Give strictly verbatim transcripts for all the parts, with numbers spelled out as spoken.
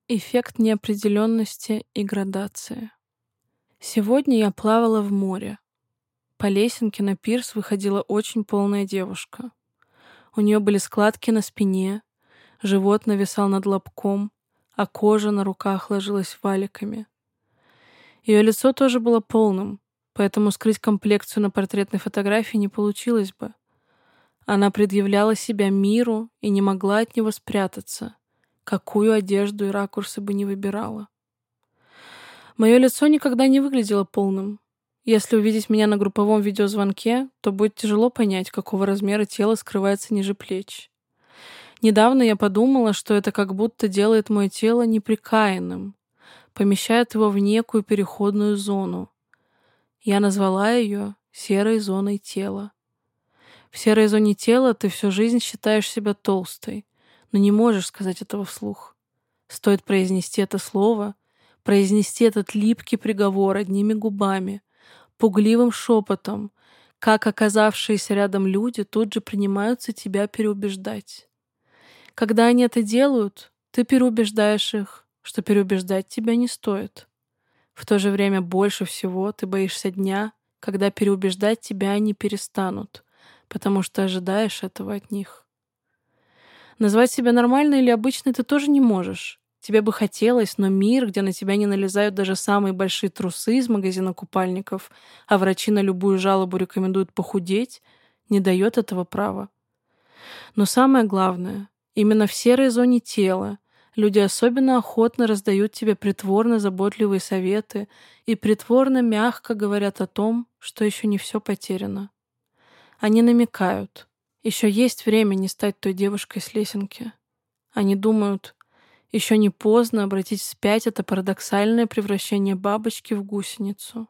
Эффект неопределенности и градации. Сегодня я плавала в море. По лесенке на пирс выходила очень полная девушка. У нее были складки на спине, живот нависал над лобком, а кожа на руках ложилась валиками. Ее лицо тоже было полным, поэтому скрыть комплекцию на портретной фотографии не получилось бы. Она предъявляла себя миру и не могла от него спрятаться, какую одежду и ракурсы бы не выбирала. Мое лицо никогда не выглядело полным. Если увидеть меня на групповом видеозвонке, то будет тяжело понять, какого размера тело скрывается ниже плеч. Недавно я подумала, что это как будто делает мое тело неприкаянным, помещает его в некую переходную зону. Я назвала ее серой зоной тела. В серой зоне тела ты всю жизнь считаешь себя толстой, но не можешь сказать этого вслух. Стоит произнести это слово, произнести этот липкий приговор одними губами, пугливым шепотом, как оказавшиеся рядом люди тут же принимаются тебя переубеждать. Когда они это делают, ты переубеждаешь их, что переубеждать тебя не стоит. В то же время больше всего ты боишься дня, когда переубеждать тебя они перестанут, потому что ожидаешь этого от них. Назвать себя нормальной или обычной ты тоже не можешь. Тебе бы хотелось, но мир, где на тебя не налезают даже самые большие трусы из магазина купальников, а врачи на любую жалобу рекомендуют похудеть, не дает этого права. Но самое главное, именно в серой зоне тела люди особенно охотно раздают тебе притворно заботливые советы и притворно мягко говорят о том, что еще не все потеряно. Они намекают. Еще есть время не стать той девушкой с лесенки. Они думают, еще не поздно обратить вспять это парадоксальное превращение бабочки в гусеницу.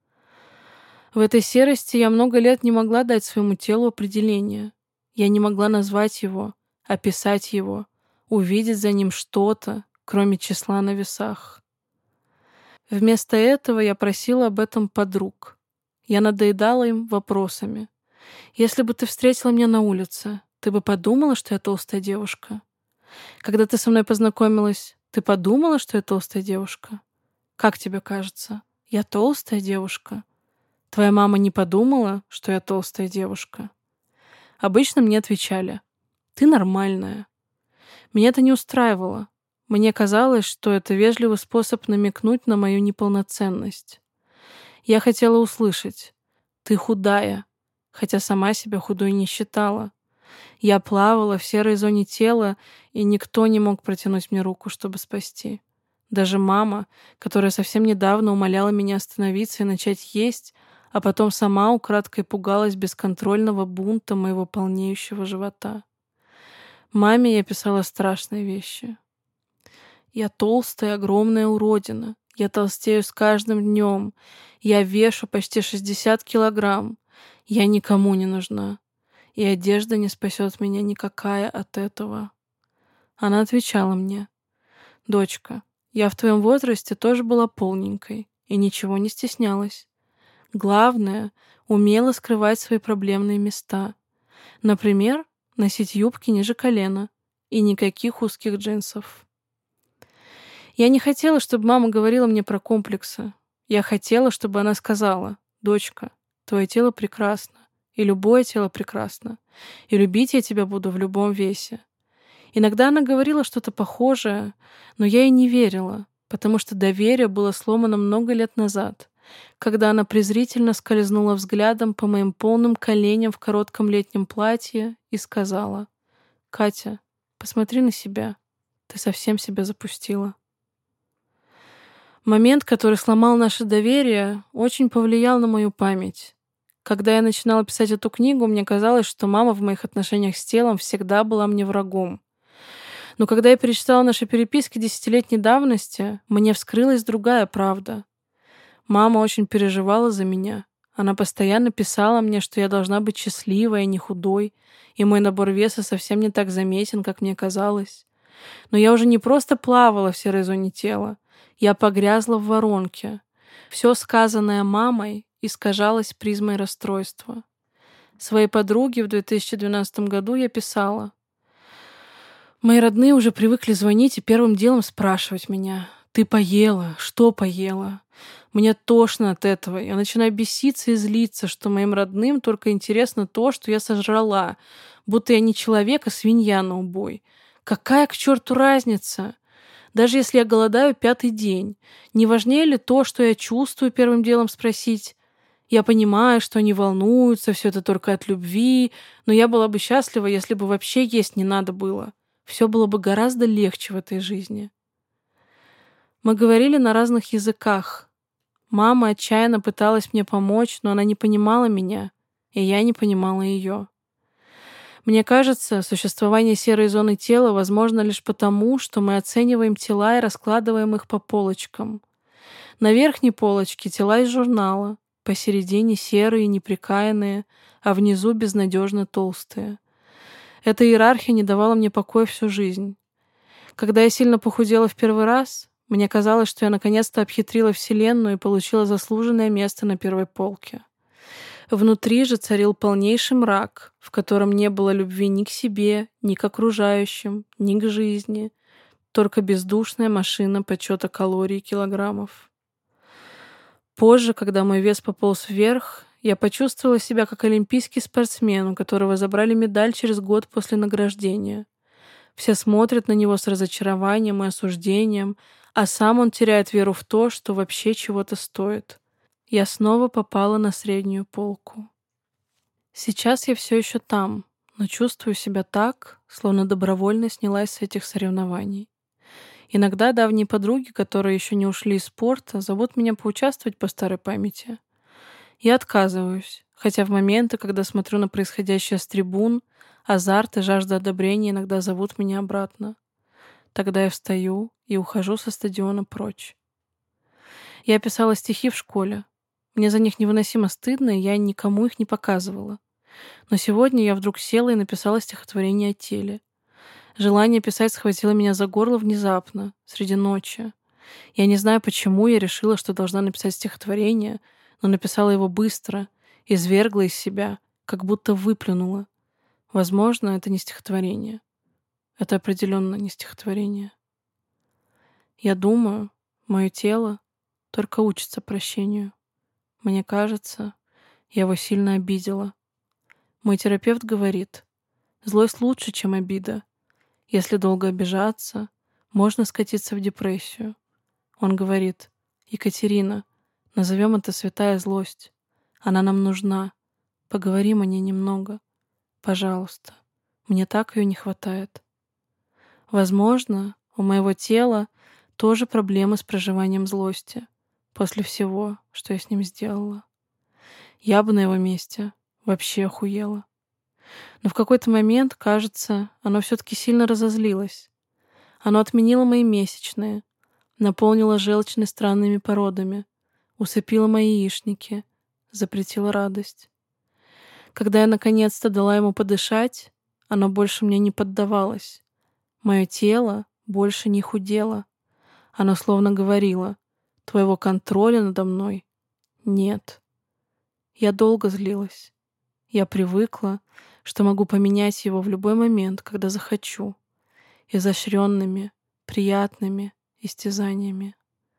В этой серости я много лет не могла дать своему телу определение. Я не могла назвать его, описать его, увидеть за ним что-то, кроме числа на весах. Вместо этого я просила об этом подруг. Я надоедала им вопросами. Если бы ты встретила меня на улице, ты бы подумала, что я толстая девушка? Когда ты со мной познакомилась, ты подумала, что я толстая девушка? Как тебе кажется, я толстая девушка? Твоя мама не подумала, что я толстая девушка? Обычно мне отвечали: ты нормальная. Меня это не устраивало. Мне казалось, что это вежливый способ намекнуть на мою неполноценность. Я хотела услышать: ты худая, хотя сама себя худой не считала. Я плавала в серой зоне тела, и никто не мог протянуть мне руку, чтобы спасти. Даже мама, которая совсем недавно умоляла меня остановиться и начать есть, а потом сама украдкой пугалась бесконтрольного бунта моего полнеющего живота. Маме я писала страшные вещи. Я толстая, огромная уродина. Я толстею с каждым днем. Я вешу почти шестьдесят килограмм. Я никому не нужна. И одежда не спасет меня никакая от этого. Она отвечала мне: дочка, я в твоем возрасте тоже была полненькой и ничего не стеснялась. Главное — умела скрывать свои проблемные места. Например, носить юбки ниже колена и никаких узких джинсов. Я не хотела, чтобы мама говорила мне про комплексы. Я хотела, чтобы она сказала: дочка, твое тело прекрасно. И любое тело прекрасно. И любить я тебя буду в любом весе. Иногда она говорила что-то похожее, но я ей не верила, потому что доверие было сломано много лет назад, когда она презрительно скользнула взглядом по моим полным коленям в коротком летнем платье и сказала: «Катя, посмотри на себя. Ты совсем себя запустила». Момент, который сломал наше доверие, очень повлиял на мою память. Когда я начинала писать эту книгу, мне казалось, что мама в моих отношениях с телом всегда была мне врагом. Но когда я перечитала наши переписки десятилетней давности, мне вскрылась другая правда. Мама очень переживала за меня. Она постоянно писала мне, что я должна быть счастливой, а не худой, и мой набор веса совсем не так заметен, как мне казалось. Но я уже не просто плавала в серой зоне тела, я погрязла в воронке. Все сказанное мамой искажалось призмой расстройства. Своей подруге в две тысячи двенадцатом году я писала: Мои родные уже привыкли звонить и первым делом спрашивать меня: «Ты поела? Что поела?» Мне тошно от этого. Я начинаю беситься и злиться, что моим родным только интересно то, что я сожрала, будто я не человек, а свинья на убой. Какая к черту разница? Даже если я голодаю пятый день, не важнее ли то, что я чувствую, первым делом спросить? Я понимаю, что они волнуются, все это только от любви, но я была бы счастлива, если бы вообще есть не надо было. Все было бы гораздо легче в этой жизни. Мы говорили на разных языках. Мама отчаянно пыталась мне помочь, но она не понимала меня, и я не понимала ее. Мне кажется, существование серой зоны тела возможно лишь потому, что мы оцениваем тела и раскладываем их по полочкам. На верхней полочке тела из журнала, посередине серые, неприкаянные, а внизу безнадежно толстые. Эта иерархия не давала мне покоя всю жизнь. Когда я сильно похудела в первый раз, мне казалось, что я наконец-то обхитрила Вселенную и получила заслуженное место на первой полке. Внутри же царил полнейший мрак, в котором не было любви ни к себе, ни к окружающим, ни к жизни, только бездушная машина подсчета калорий и килограммов. Позже, когда мой вес пополз вверх, я почувствовала себя как олимпийский спортсмен, у которого забрали медаль через год после награждения. Все смотрят на него с разочарованием и осуждением, а сам он теряет веру в то, что вообще чего-то стоит. Я снова попала на среднюю полку. Сейчас я все еще там, но чувствую себя так, словно добровольно снялась с этих соревнований. Иногда давние подруги, которые еще не ушли из спорта, зовут меня поучаствовать по старой памяти. Я отказываюсь, хотя в моменты, когда смотрю на происходящее с трибун, азарт и жажда одобрения иногда зовут меня обратно. Тогда я встаю и ухожу со стадиона прочь. Я писала стихи в школе. Мне за них невыносимо стыдно, и я никому их не показывала. Но сегодня я вдруг села и написала стихотворение о теле. Желание писать схватило меня за горло внезапно, среди ночи. Я не знаю, почему я решила, что должна написать стихотворение, но написала его быстро, извергла из себя, как будто выплюнула. Возможно, это не стихотворение. Это определенно не стихотворение. Я думаю, мое тело только учится прощению. Мне кажется, я его сильно обидела. Мой терапевт говорит, злость лучше, чем обида. Если долго обижаться, можно скатиться в депрессию. Он говорит, Екатерина, назовем это святая злость. Она нам нужна. Поговорим о ней немного. Пожалуйста. Мне так ее не хватает. Возможно, у моего тела тоже проблемы с проживанием злости после всего, что я с ним сделала. Я бы на его месте вообще охуела. Но в какой-то момент, кажется, оно все-таки сильно разозлилось. Оно отменило мои месячные, наполнило желчной странными породами, усыпило мои яичники, запретило радость. Когда я наконец-то дала ему подышать, оно больше мне не поддавалось. Мое тело больше не худело. Оно словно говорило, твоего контроля надо мной нет. Я долго злилась. Я привыкла, что могу поменять его в любой момент, когда захочу, изощренными, приятными истязаниями.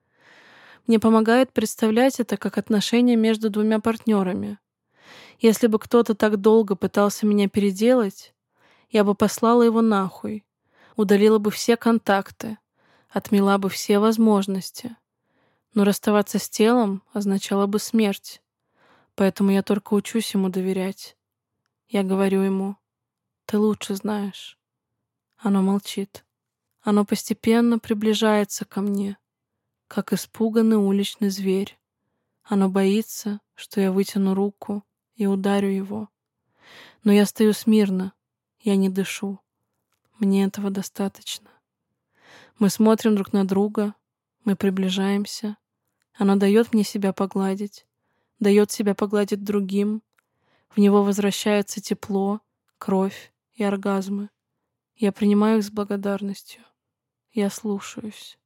Мне помогает представлять это как отношения между двумя партнерами. Если бы кто-то так долго пытался меня переделать, я бы послала его нахуй, удалила бы все контакты, отмела бы все возможности. Но расставаться с телом означало бы смерть, поэтому я только учусь ему доверять. Я говорю ему, ты лучше знаешь. Оно молчит. Оно постепенно приближается ко мне, как испуганный уличный зверь. Оно боится, что я вытяну руку и ударю его. Но я стою смирно, я не дышу. Мне этого достаточно. Мы смотрим друг на друга, мы приближаемся. Оно дает мне себя погладить, дает себя погладить другим. В него возвращается тепло, кровь и оргазмы. Я принимаю их с благодарностью. Я слушаюсь.